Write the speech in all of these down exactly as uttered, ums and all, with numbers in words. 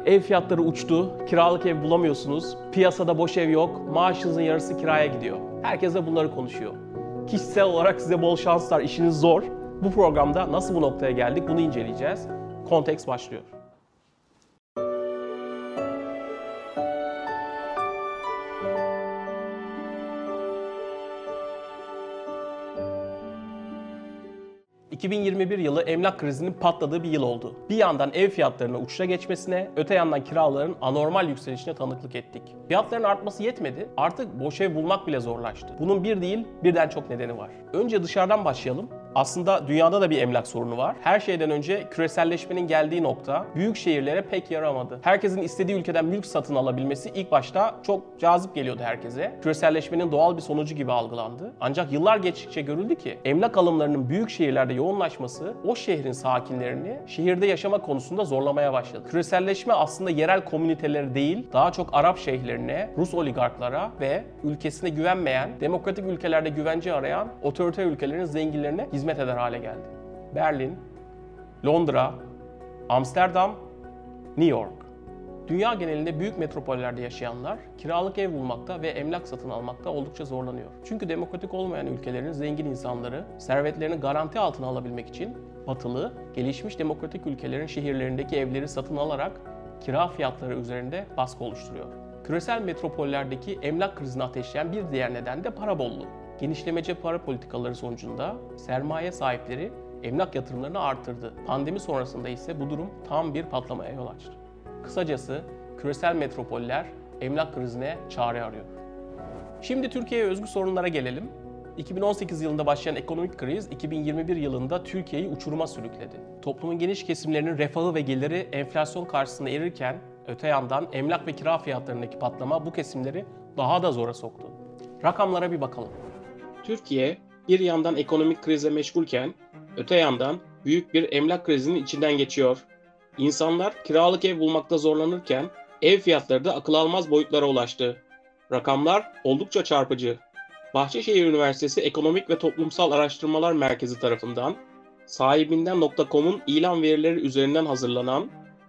Ev fiyatları uçtu, kiralık ev bulamıyorsunuz, piyasada boş ev yok, maaşınızın yarısı kiraya gidiyor. Herkes de bunları konuşuyor. Kişisel olarak size bol şanslar, işiniz zor. Bu programda nasıl bu noktaya geldik bunu inceleyeceğiz. Konteks başlıyor. iki bin yirmi bir yılı emlak krizinin patladığı bir yıl oldu. Bir yandan ev fiyatlarının uçuşa geçmesine, öte yandan kiraların anormal yükselişine tanıklık ettik. Fiyatların artması yetmedi, artık boş ev bulmak bile zorlaştı. Bunun bir değil, birden çok nedeni var. Önce dışarıdan başlayalım. Aslında dünyada da bir emlak sorunu var. Her şeyden önce küreselleşmenin geldiği nokta büyük şehirlere pek yaramadı. Herkesin istediği ülkeden mülk satın alabilmesi ilk başta çok cazip geliyordu herkese. Küreselleşmenin doğal bir sonucu gibi algılandı. Ancak yıllar geçtikçe görüldü ki emlak alımlarının büyük şehirlerde yoğunlaşması o şehrin sakinlerini şehirde yaşama konusunda zorlamaya başladı. Küreselleşme aslında yerel komüniteleri değil, daha çok Arap şeyhlerine, Rus oligarklara ve ülkesine güvenmeyen, demokratik ülkelerde güvence arayan otoriter ülkelerin zenginlerine hizmet eder hale geldi. Berlin, Londra, Amsterdam, New York. Dünya genelinde büyük metropollerde yaşayanlar kiralık ev bulmakta ve emlak satın almakta oldukça zorlanıyor. Çünkü demokratik olmayan ülkelerin zengin insanları servetlerini garanti altına alabilmek için batılı, gelişmiş demokratik ülkelerin şehirlerindeki evleri satın alarak kira fiyatları üzerinde baskı oluşturuyor. Küresel metropollerdeki emlak krizini ateşleyen bir diğer neden de para bolluğu. Genişlemeci para politikaları sonucunda sermaye sahipleri emlak yatırımlarını artırdı. Pandemi sonrasında ise bu durum tam bir patlamaya yol açtı. Kısacası küresel metropoller emlak krizine çare arıyor. Şimdi Türkiye'ye özgü sorunlara gelelim. iki bin on sekiz yılında başlayan ekonomik kriz iki bin yirmi bir yılında Türkiye'yi uçuruma sürükledi. Toplumun geniş kesimlerinin refahı ve geliri enflasyon karşısında erirken öte yandan emlak ve kira fiyatlarındaki patlama bu kesimleri daha da zora soktu. Rakamlara bir bakalım. Türkiye bir yandan ekonomik krize meşgulken öte yandan büyük bir emlak krizinin içinden geçiyor. İnsanlar kiralık ev bulmakta zorlanırken ev fiyatları da akıl almaz boyutlara ulaştı. Rakamlar oldukça çarpıcı. Bahçeşehir Üniversitesi Ekonomik ve Toplumsal Araştırmalar Merkezi tarafından sahibinden nokta com'un ilan verileri üzerinden hazırlanan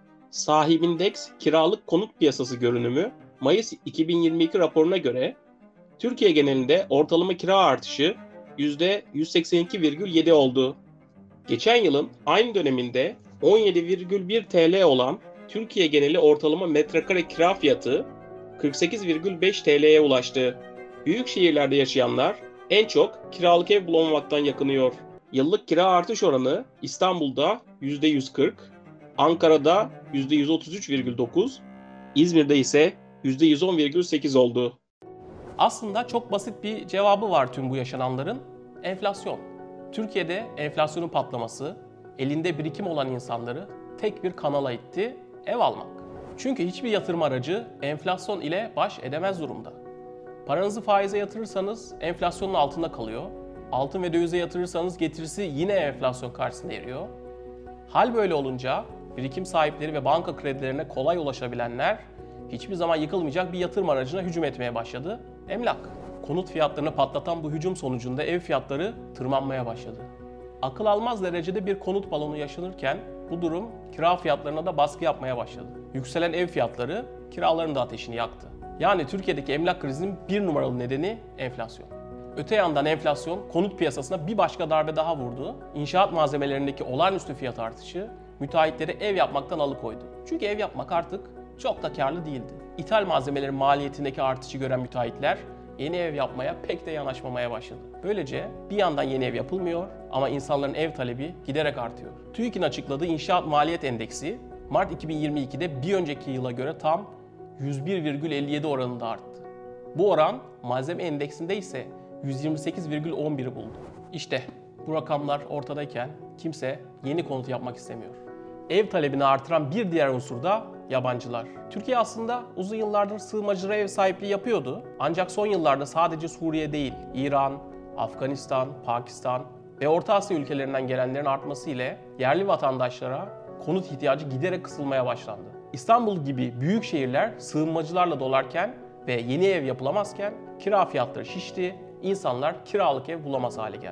Sahibindex Kiralık Konut Piyasası Görünümü Mayıs iki bin yirmi iki raporuna göre Türkiye genelinde ortalama kira artışı yüzde yüz seksen iki virgül yedi oldu. Geçen yılın aynı döneminde on yedi virgül bir T L olan Türkiye geneli ortalama metrekare kira fiyatı kırk sekiz virgül beş T L'ye ulaştı. Büyük şehirlerde yaşayanlar en çok kiralık ev bulamamaktan yakınıyor. Yıllık kira artış oranı İstanbul'da yüzde yüz kırk, Ankara'da yüzde yüz otuz üç virgül dokuz, İzmir'de ise yüzde yüz on virgül sekiz oldu. Aslında çok basit bir cevabı var tüm bu yaşananların. Enflasyon. Türkiye'de enflasyonun patlaması, elinde birikim olan insanları tek bir kanala itti, ev almak. Çünkü hiçbir yatırım aracı enflasyon ile baş edemez durumda. Paranızı faize yatırırsanız enflasyonun altında kalıyor. Altın ve dövize yatırırsanız getirisi yine enflasyon karşısında eriyor. Hal böyle olunca birikim sahipleri ve banka kredilerine kolay ulaşabilenler hiçbir zaman yıkılmayacak bir yatırım aracına hücum etmeye başladı. Emlak. Konut fiyatlarını patlatan bu hücum sonucunda ev fiyatları tırmanmaya başladı. Akıl almaz derecede bir konut balonu yaşanırken bu durum kira fiyatlarına da baskı yapmaya başladı. Yükselen ev fiyatları kiraların da ateşini yaktı. Yani Türkiye'deki emlak krizinin bir numaralı nedeni enflasyon. Öte yandan enflasyon konut piyasasına bir başka darbe daha vurdu. İnşaat malzemelerindeki olağanüstü fiyat artışı müteahhitleri ev yapmaktan alıkoydu. Çünkü ev yapmak artık çok da karlı değildi. İthal malzemelerin maliyetindeki artışı gören müteahhitler yeni ev yapmaya pek de yanaşmamaya başladı. Böylece bir yandan yeni ev yapılmıyor ama insanların ev talebi giderek artıyor. TÜİK'in açıkladığı İnşaat Maliyet Endeksi Mart iki bin yirmi ikide bir önceki yıla göre tam yüz bir virgül elli yedi oranında arttı. Bu oran malzeme endeksinde ise yüz yirmi sekiz virgül on biri buldu. İşte bu rakamlar ortadayken kimse yeni konut yapmak istemiyor. Ev talebini artıran bir diğer unsur da yabancılar. Türkiye aslında uzun yıllardır sığınmacılara ev sahipliği yapıyordu. Ancak son yıllarda sadece Suriye değil, İran, Afganistan, Pakistan ve Orta Asya ülkelerinden gelenlerin artması ile yerli vatandaşlara konut ihtiyacı giderek kısılmaya başlandı. İstanbul gibi büyük şehirler sığınmacılarla dolarken ve yeni ev yapılamazken kira fiyatları şişti, insanlar kiralık ev bulamaz hale geldi.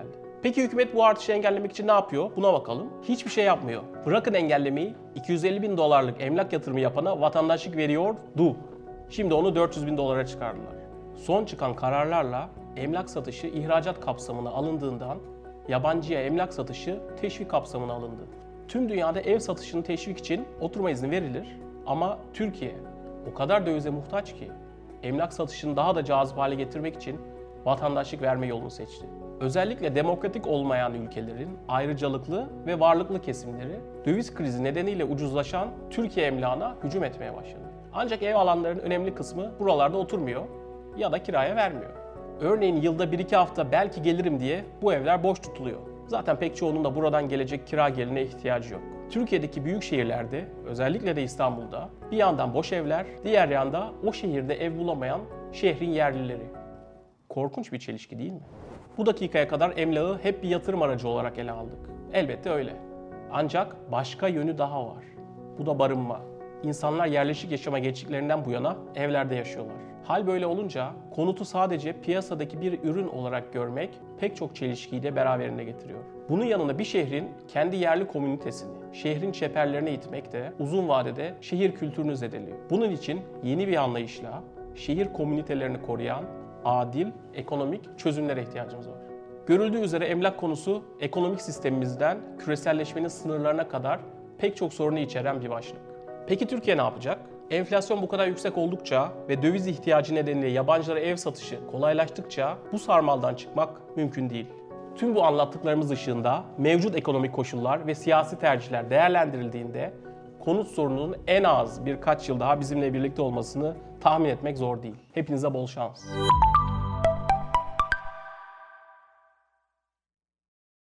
Peki hükümet bu artışı engellemek için ne yapıyor? Buna bakalım. Hiçbir şey yapmıyor. Bırakın engellemeyi, iki yüz elli bin dolarlık emlak yatırımı yapana vatandaşlık veriyordu. Şimdi onu dört yüz bin dolara çıkardılar. Son çıkan kararlarla emlak satışı ihracat kapsamına alındığından yabancıya emlak satışı teşvik kapsamına alındı. Tüm dünyada ev satışını teşvik için oturma izni verilir ama Türkiye o kadar dövize muhtaç ki emlak satışını daha da cazip hale getirmek için vatandaşlık verme yolunu seçti. Özellikle demokratik olmayan ülkelerin ayrıcalıklı ve varlıklı kesimleri döviz krizi nedeniyle ucuzlaşan Türkiye emlakına hücum etmeye başladı. Ancak ev alanların önemli kısmı buralarda oturmuyor ya da kiraya vermiyor. Örneğin yılda bir iki hafta belki gelirim diye bu evler boş tutuluyor. Zaten pek çoğunun da buradan gelecek kira gelirine ihtiyacı yok. Türkiye'deki büyük şehirlerde, özellikle de İstanbul'da bir yandan boş evler, diğer yanda o şehirde ev bulamayan şehrin yerlileri. Korkunç bir çelişki değil mi? Bu dakikaya kadar emlakı hep bir yatırım aracı olarak ele aldık. Elbette öyle. Ancak başka yönü daha var. Bu da barınma. İnsanlar yerleşik yaşama geçtiklerinden bu yana evlerde yaşıyorlar. Hal böyle olunca konutu sadece piyasadaki bir ürün olarak görmek pek çok çelişkiyi de beraberinde getiriyor. Bunun yanında bir şehrin kendi yerli komünitesini, şehrin çeperlerine itmek de uzun vadede şehir kültürünü zedeliyor. Bunun için yeni bir anlayışla şehir komünitelerini koruyan adil, ekonomik çözümlere ihtiyacımız var. Görüldüğü üzere emlak konusu ekonomik sistemimizden küreselleşmenin sınırlarına kadar pek çok sorunu içeren bir başlık. Peki Türkiye ne yapacak? Enflasyon bu kadar yüksek oldukça ve döviz ihtiyacı nedeniyle yabancılara ev satışı kolaylaştıkça bu sarmaldan çıkmak mümkün değil. Tüm bu anlattıklarımız ışığında mevcut ekonomik koşullar ve siyasi tercihler değerlendirildiğinde konut sorununun en az birkaç yıl daha bizimle birlikte olmasını tahmin etmek zor değil. Hepinize bol şans.